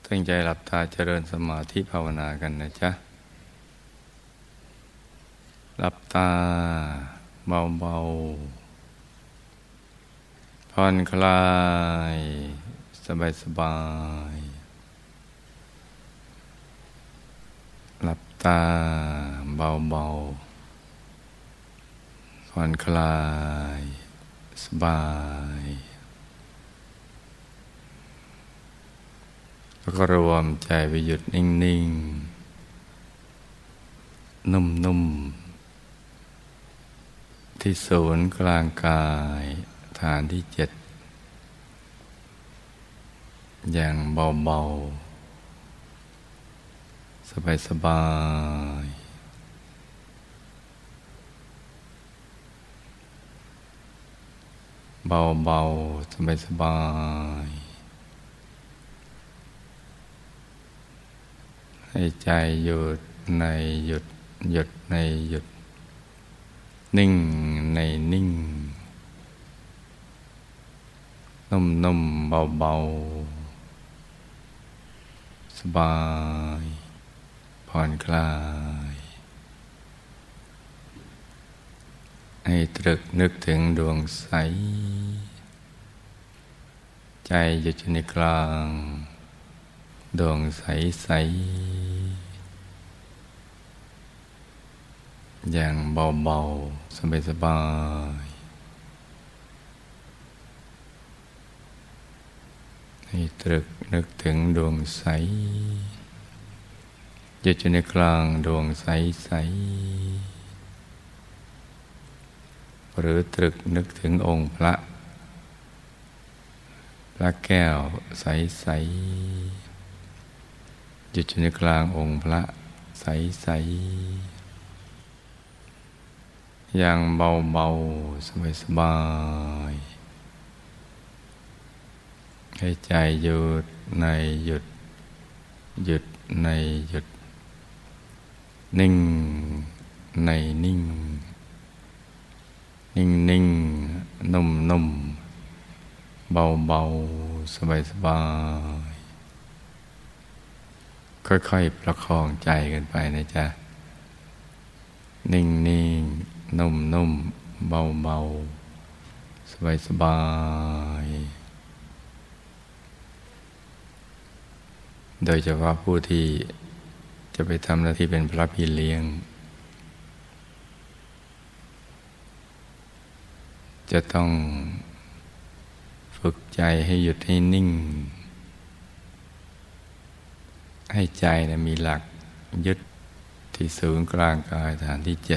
ตั้งใจหลับตาเจริญสมาธิภาวนากันนะจ๊ะหลับตาเบาๆผ่อนคลายสบายหลับตาเบาๆผ่อนคลายสบายแล้วก็รวมใจไปหยุดนิ่งๆนุ่มๆที่ศูนย์กลางกายฐานที่7อย่างเบาๆสบายๆเบาๆสบายๆให้ใจหยุดในหยุดในหยุดนิ่งในนิ่งนุ่มๆเบาๆสบายผ่อนคลายให้ตรึกนึกถึงดวงใสใจหยุดอยู่ในกลางดวงใสๆอย่างเบาๆสบายๆให้ตรึกนึกถึงดวงใสหยุดอยู่ในกลางดวงใสๆหรือตรึกนึกถึงองค์พระแก้วใสๆหยุดอยู่ในกลางองค์พระใสๆอย่างเบาๆสบายๆให้ใจหยุดในหยุดในหยุดนิ่งในนิ่งนิ่งนุ่มเบาๆสบายๆค่อยๆประคองใจกันไปนะจ๊ะนิ่งนุ่มเบาๆสบายๆโดยเฉพาะผู้ที่จะไปทำหน้าที่เป็นพระพี่เลี้ยงจะต้องฝึกใจให้หยุดให้นิ่งให้ใจมีหลักยึดที่ศูนย์กลางกายฐานที่7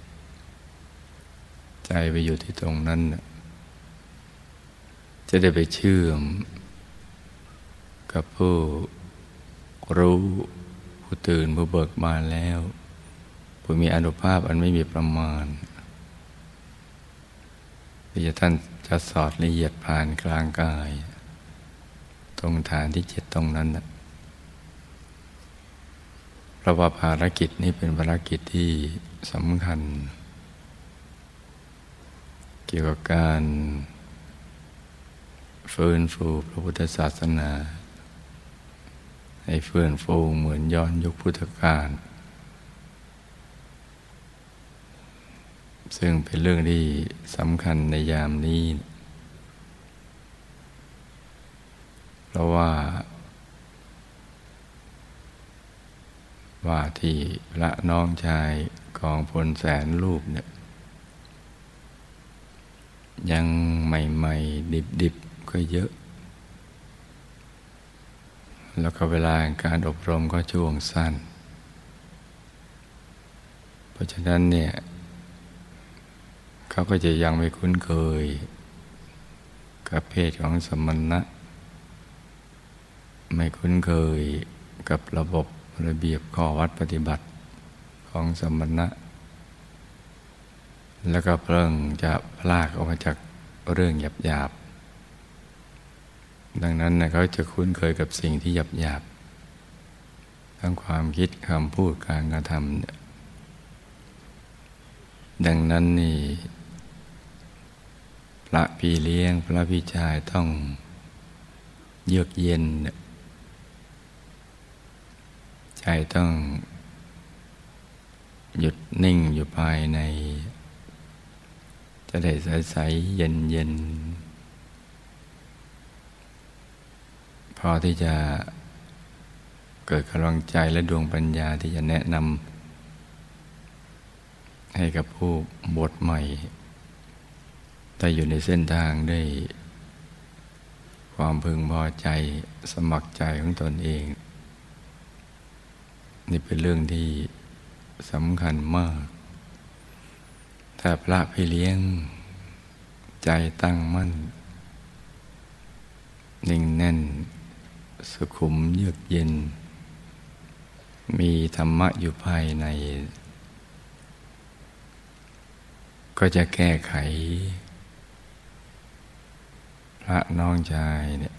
ใจไปอยู่ที่ตรงนั้นจะได้ไปเชื่อมกับผู้รู้ผู้ตื่นผู้เบิกบานแล้วผู้มีอานุภาพอันไม่มีประมาณที่ท่านจะสอดละเอียดผ่านกลางกายตรงฐานที่7ตรงนั้นเพราะว่าภารกิจนี้เป็นภารกิจที่สำคัญเกี่ยวกับการฟื้นฟูพระพุทธศาสนาให้ฟื้นฟูเหมือนย้อนยุคพุทธกาลซึ่งเป็นเรื่องที่สำคัญในยามนี้เพราะว่าที่พระน้องชายของพลแสนรูปเนี่ยยังใหม่ๆดิบๆก็เยอะแล้วก็เวลาการอบรมก็ช่วงสั้นเพราะฉะนั้นเนี่ยเขาก็จะยังไม่คุ้นเคยกับเพศของสมณะไม่คุ้นเคยกับระบบระเบียบข้อวัดปฏิบัติของสมณะแล้วก็เพิ่งจะพลากออกมาจากเรื่องหยาบดังนั้นเขาจะคุ้นเคยกับสิ่งที่หยาบทั้งความคิดคำพูดการกระทำดังนั้นนี่พระพี่เลี้ยงพระพี่ชายต้องเยือกเย็นใจต้องหยุดนิ่งอยู่ภายในจะได้ใสๆเย็นๆพอที่จะเกิดกำลังใจและดวงปัญญาที่จะแนะนำให้กับผู้บวชใหม่แต่อยู่ในเส้นทางได้ความพึงพอใจสมัครใจของตนเองนี่เป็นเรื่องที่สำคัญมากถ้าพระพี่เลี้ยงใจตั้งมั่นนิ่งแน่นสุขุมเยือกเย็นมีธรรมะอยู่ภายในก็จะแก้ไขพระน้องชายเนี่ย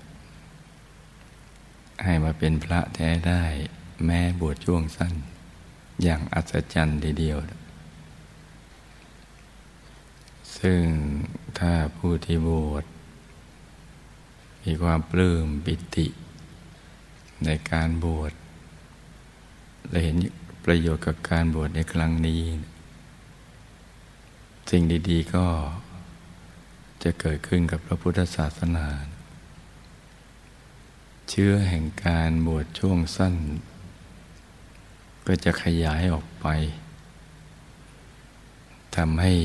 ให้มาเป็นพระแท้ได้แม้บวชช่วงสั้นอย่างอัศจรรย์ทีเดียวซึ่งถ้าผู้ที่บวชมีความปลื้มปิติในการบวชและเห็นประโยชน์กับการบวชในครั้งนี้สิ่งดีๆก็จะเกิดขึ้นกับพระพุทธศาสนาเชื้อแห่งการบวชช่วงสั้นก็จะขยายออกไปทำให้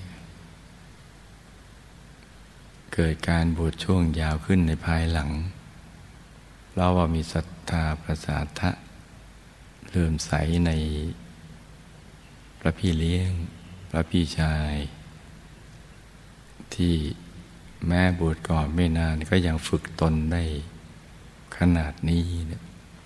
เกิดการบวชช่วงยาวขึ้นในภายหลังเราว่ามีศรัทธาประสาทะเลื่อมใสในพระพี่เลี้ยงพระพี่ชายที่แม้บวชก่อนไม่นานก็ยังฝึกตนได้ขนาดนี้เนี่ย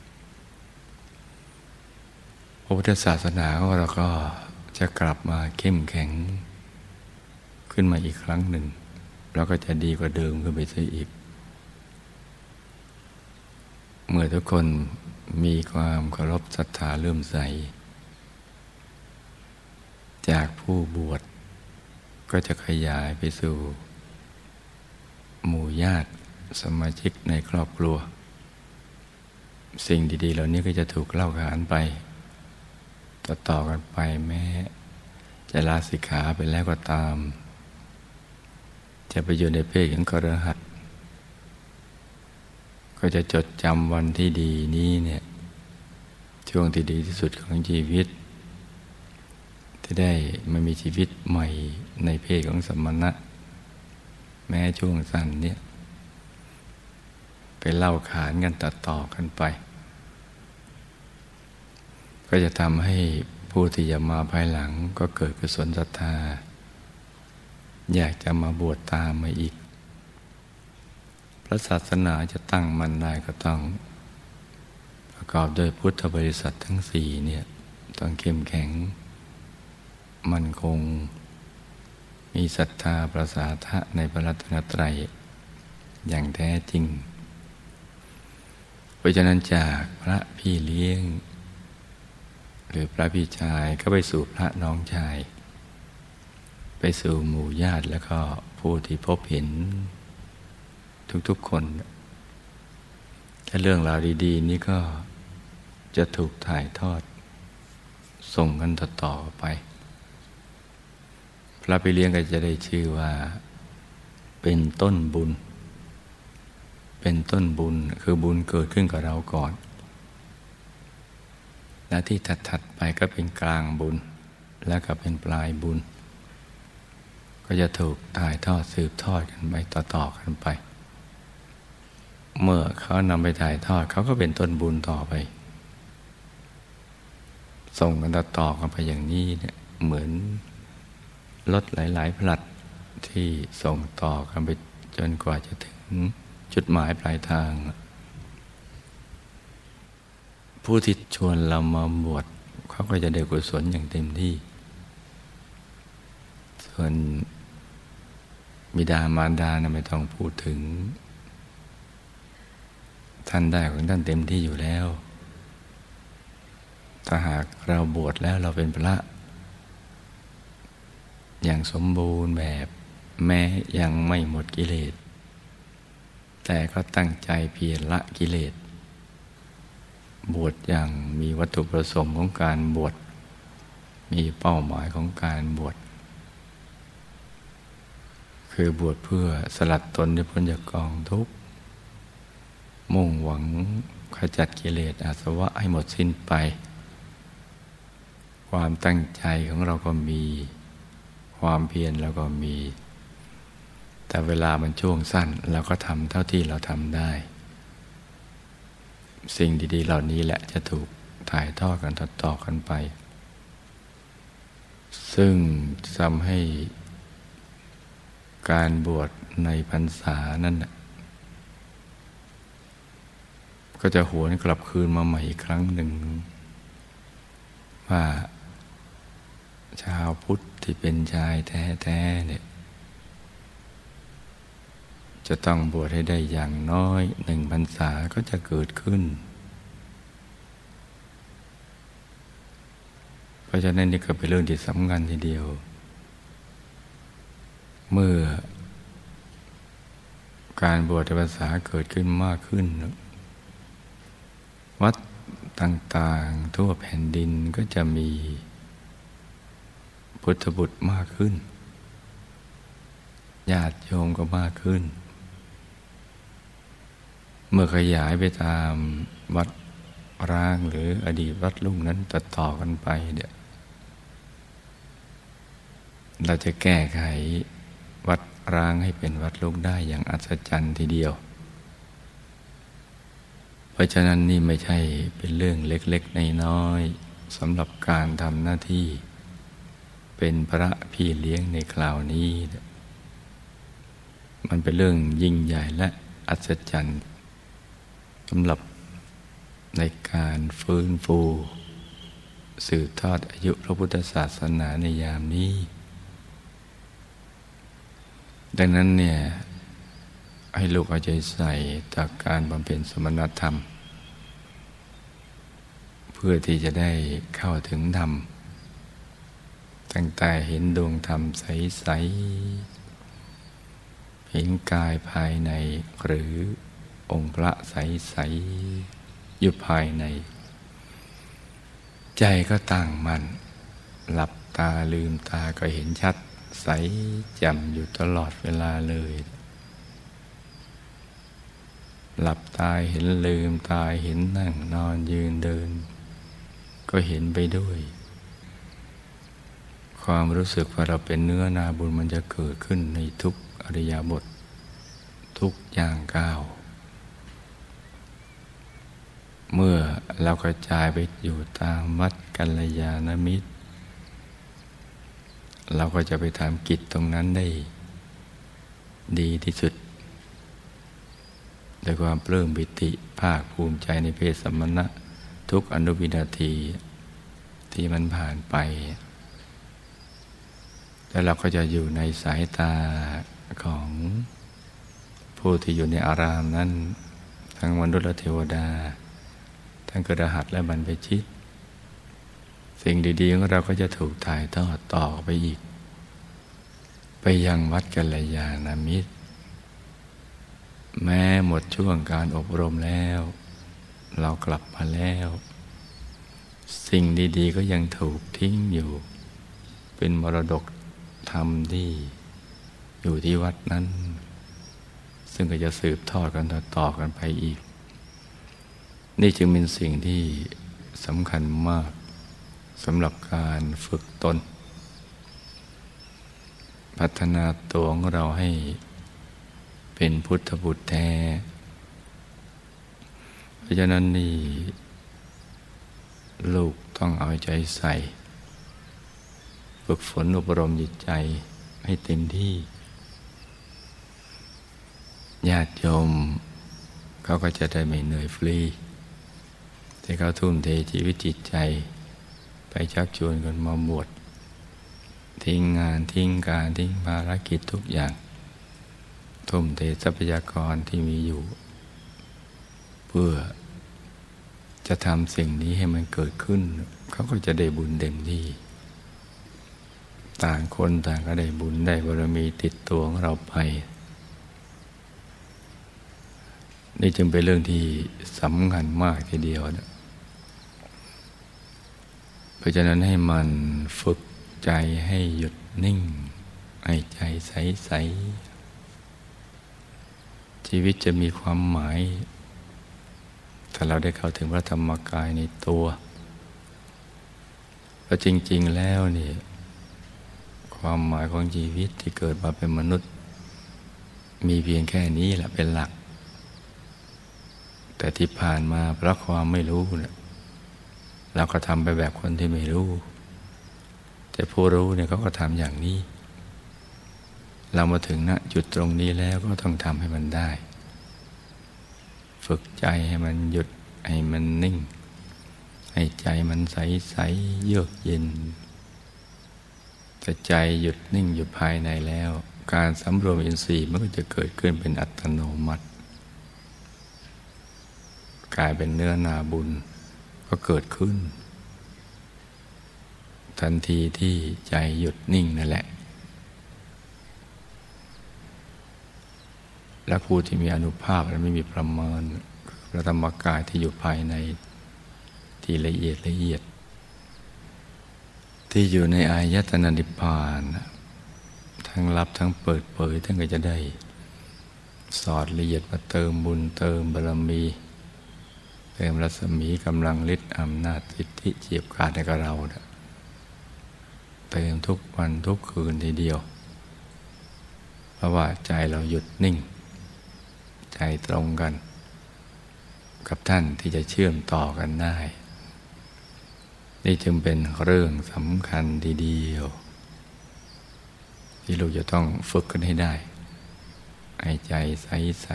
พระพุทธศาสนาของเราก็จะกลับมาเข้มแข็งขึ้นมาอีกครั้งหนึ่งแล้วก็จะดีกว่าเดิมขึ้นไปซะอีกเมื่อทุกคนมีความเคารพศรัทธาเลื่อมใสจากผู้บวชก็จะขยายไปสู่หมู่ญาติสมาชิกในครอบครัวสิ่งดีๆเหล่านี้ก็จะถูกเล่าขานไปต่อกันไปแม้จะลาสิกขาไปแล้วก็ตามจะไปอยู่ในเพศของคฤหัสถ์ก็จะจดจำวันที่ดีนี้เนี่ยช่วงที่ดีที่สุดของชีวิตที่ได้มามีชีวิตใหม่ในเพศของสมณะแม้ช่วงสั้นเนี่ยไปเล่าขานกันต่อกันไปก็จะทำให้ผู้ที่จะมาภายหลังก็เกิดกุศลศรัทธาอยากจะมาบวชตามมาอีกพระศาสนาจะตั้งมั่นได้ก็ต้องประกอบด้วยพุทธบริษัททั้งสี่เนี่ยต้องเข้มแข็งมั่นคงมีศรัทธาประสาทะในพระรัตนตรัยอย่างแท้จริงเพราะฉะนั้นจากพระพี่เลี้ยงหรือพระพี่ชายก็ไปสู่พระน้องชายไปสู่หมู่ญาติแล้วก็ผู้ที่พบเห็นทุกๆคนและเรื่องราวดีๆนี้ก็จะถูกถ่ายทอดส่งกันต่อไปพระพี่เลี้ยงก็จะได้ชื่อว่าเป็นต้นบุญเป็นต้นบุญคือบุญเกิดขึ้นกับเราก่อนและที่ถัดไปก็เป็นกลางบุญแล้วก็เป็นปลายบุญก็จะถูกถ่ายทอดสืบทอดกันไปต่อกันไปเมื่อเขานำไปถ่ายทอดเขาก็เป็นต้นบุญต่อไปส่งกันต่อกันไปอย่างนี้เนี่ยเหมือนรถหลายๆผลัดที่ส่งต่อกันไปจนกว่าจะถึงจุดหมายปลายทางผู้ที่ชวนเรามาบวชเขาก็จะได้กุศลอย่างเต็มที่ส่วนบิดามารดาไม่ต้องพูดถึงท่านได้ของท่านเต็มที่อยู่แล้วถ้าหากเราบวชแล้วเราเป็นพระอย่างสมบูรณ์แบบแม้ยังไม่หมดกิเลสแต่ก็ตั้งใจเพียรละกิเลสบวชอย่างมีวัตถุประสงค์ของการบวชมีเป้าหมายของการบวชคือบวชเพื่อสลัดตนให้พ้นจากกองทุกข์มุ่งหวังขจัดกิเลสอาสวะให้หมดสิ้นไปความตั้งใจของเราก็มีความเพียรเราก็มีแต่เวลามันช่วงสั้นเราก็ทำเท่าที่เราทำได้สิ่งดีๆเหล่านี้แหละจะถูกถ่ายทอดกันต่อๆกันไปซึ่งทำให้การบวชในพรรษานั้นก็จะหวนกลับคืนมาใหม่อีกครั้งหนึ่งว่าชาวพุทธที่เป็นชายแท้ๆเนี่ยจะต้องบวชให้ได้อย่างน้อย1 พรรษาก็จะเกิดขึ้นเพราะฉะนั้นนี่ก็เป็นเรื่องที่สำคัญทีเดียวเมื่อการบวชในพรรษาเกิดขึ้นมากขึ้นวัดต่างๆทั่วแผ่นดินก็จะมีพุทธบุตรมากขึ้นญาติโยมก็มากขึ้นเมื่อขยายไปตามวัดร้างหรืออดีตวัดลุ่มนั้นต่อกันไปเนี่ยเราจะแก้ไขวัดร้างให้เป็นวัดลุ่มได้อย่างอัศจรรย์ทีเดียวเพราะฉะนั้นนี่ไม่ใช่เป็นเรื่องเล็กๆน้อยๆสำหรับการทำหน้าที่เป็นพระพี่เลี้ยงในคราวนี้มันเป็นเรื่องยิ่งใหญ่และอัศจรรย์สำหรับในการฟื้นฟูสืบทอดอายุพระพุทธศาสนาในยามนี้ดังนั้นเนี่ยให้ลูกเอาใจใส่จากการบำเพ็ญสมณธรรมเพื่อที่จะได้เข้าถึงธรรมตั้งแต่เห็นดวงธรรมใสๆเห็นกายภายในหรือองค์พระใสๆอยู่ภายในใจก็ตั้งมั่นหลับตาลืมตาก็เห็นชัดใสแจ่มอยู่ตลอดเวลาเลยหลับตาเห็นลืมตาเห็นนั่งนอนยืนเดินก็เห็นไปด้วยความรู้สึกว่าเราเป็นเนื้อนาบุญมันจะเกิดขึ้นในทุกอริยบททุกย่างก้าวเมื่อเรากระจายไปอยู่ตามวัดกัลยาณมิตรเราก็จะไปทำกิจตรงนั้นได้ดีที่สุดด้วยความปลื้มปิติภาคภูมิใจในเพศสัมมณะทุกอนุวินาทีที่มันผ่านไปแล้วเราก็จะอยู่ในสายตาของผู้ที่อยู่ในอารามนั้นทั้งมนุษย์และเทวดาทั้งกระหัตและบรรพชิตสิ่งดีๆของเราก็จะถูกถ่ายทอดต่อไปอีกไปยังวัดกัลยาณมิตรแม้หมดช่วงการอบรมแล้วเรากลับมาแล้วสิ่งดีๆก็ยังถูกทิ้งอยู่เป็นมรดกธรรมที่อยู่ที่วัดนั้นซึ่งก็จะสืบทอดกันต่อกันไปอีกนี่จึงเป็นสิ่งที่สำคัญมากสำหรับการฝึกตนพัฒนาตัวของเราให้เป็นพุทธบุตรแท้เพราะฉะนั้นนี่ลูกต้องเอาใจใส่ฝึกฝนอบรมจิตใจให้เต็มที่ญาติโยมเขาก็จะได้ไม่เหนื่อยฟรีที่เขาทุ่มเทชีวิตจิตใจไปชักชวนกันมาบวชทิ้งงานทิ้งการทิ้งภารกิจทุกอย่างทุ่มเททรัพยากรที่มีอยู่เพื่อจะทำสิ่งนี้ให้มันเกิดขึ้นเขาก็จะได้บุญเต็มที่ต่างคนต่างก็ได้บุญได้บารมีติดตัวของเราไปนี่จึงเป็นเรื่องที่สำคัญมากทีเดียวนะราะฉะนั้นให้มันฝึกใจให้หยุดนิ่งให้ใจใสๆชีวิตจะมีความหมายถ้าเราได้เข้าถึงพระธรรมกายในตัวเพราะจริงๆแล้วนี่ความหมายของชีวิตที่เกิดมาเป็นมนุษย์มีเพียงแค่นี้แหละเป็นหลักแต่ที่ผ่านมาเพราะความไม่รู้เนี่ยเราก็ทำไปแบบคนที่ไม่รู้แต่ผู้รู้เนี่ยเขาก็ทำอย่างนี้เรามาถึงณจุดตรงนี้แล้วก็ต้องทำให้มันได้ฝึกใจให้มันหยุดให้มันนิ่งให้ใจมันใสๆเยือกเย็นแต่ใจหยุดนิ่งอยู่ภายในแล้วการสำรวมอินทรีย์มันก็จะเกิดขึ้นเป็นอัตโนมัติกลายเป็นเนื้อนาบุญก็เกิดขึ้นทันทีที่ใจหยุดนิ่งนั่นแหละและผู้ที่มีอานุภาพและไม่มีประมาณพระธรรมกายที่อยู่ภายในที่ละเอียดที่อยู่ในอายตนะนิพพานทั้งลับทั้งเปิดเผยท่านก็จะได้สอดละเอียดมาเติมบุญเติมบารมีเติมรัศมีกำลังฤทธิ์อำนาจสิทธิเจียบขาดในกับเราเติมทุกวันทุกคืนทีเดียวเพราะว่าใจเราหยุดนิ่งใจตรงกันกับท่านที่จะเชื่อมต่อกันได้นี่จึงเป็นเรื่องสำคัญทีเดียวที่เราจะต้องฝึกกันให้ได้ให้ใจใส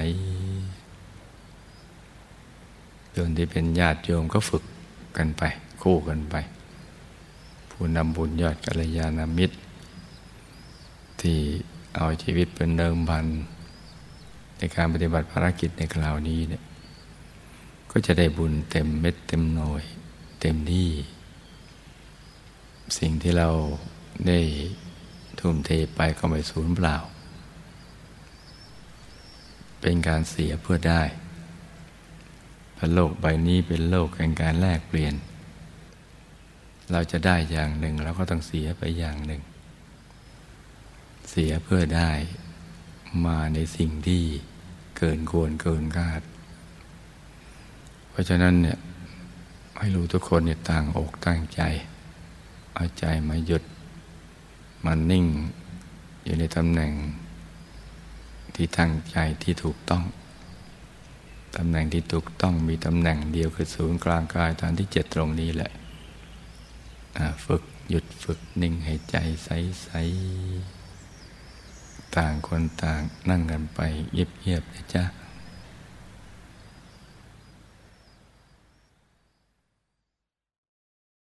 ๆจนที่เป็นญาติโยมก็ฝึกกันไปคู่กันไปผู้นำบุญยอดกัลยาณมิตรที่เอาชีวิตเป็นเดิมพันในการปฏิบัติภารกิจในคราวนี้เนี่ยก็จะได้บุญเต็มเม็ดเต็มหน่วยเต็มที่สิ่งที่เราได้ทุ่มเทไปก็ไม่สูญเปล่าเป็นการเสียเพื่อได้เพราะโลกใบนี้เป็นโลกแห่งการแลกเปลี่ยนเราจะได้อย่างหนึ่งเราก็ต้องเสียไปอย่างหนึ่งเสียเพื่อได้มาในสิ่งที่เกินควรเกินคาดเพราะฉะนั้นเนี่ยให้รู้ทุกคนเนี่ยต่างอกตั้งใจเอาใจมาหยุดมันนิ่งอยู่ในตำแหน่งที่ตั้งใจที่ถูกต้องตำแหน่งที่ถูกต้องมีตำแหน่งเดียวคือศูนย์กลางกายฐานที่ 7ตรงนี้แหละฝึกหยุดฝึกนิ่งให้ใจใสๆต่างคนต่างนั่งกันไปเงียบๆนะจ๊ะ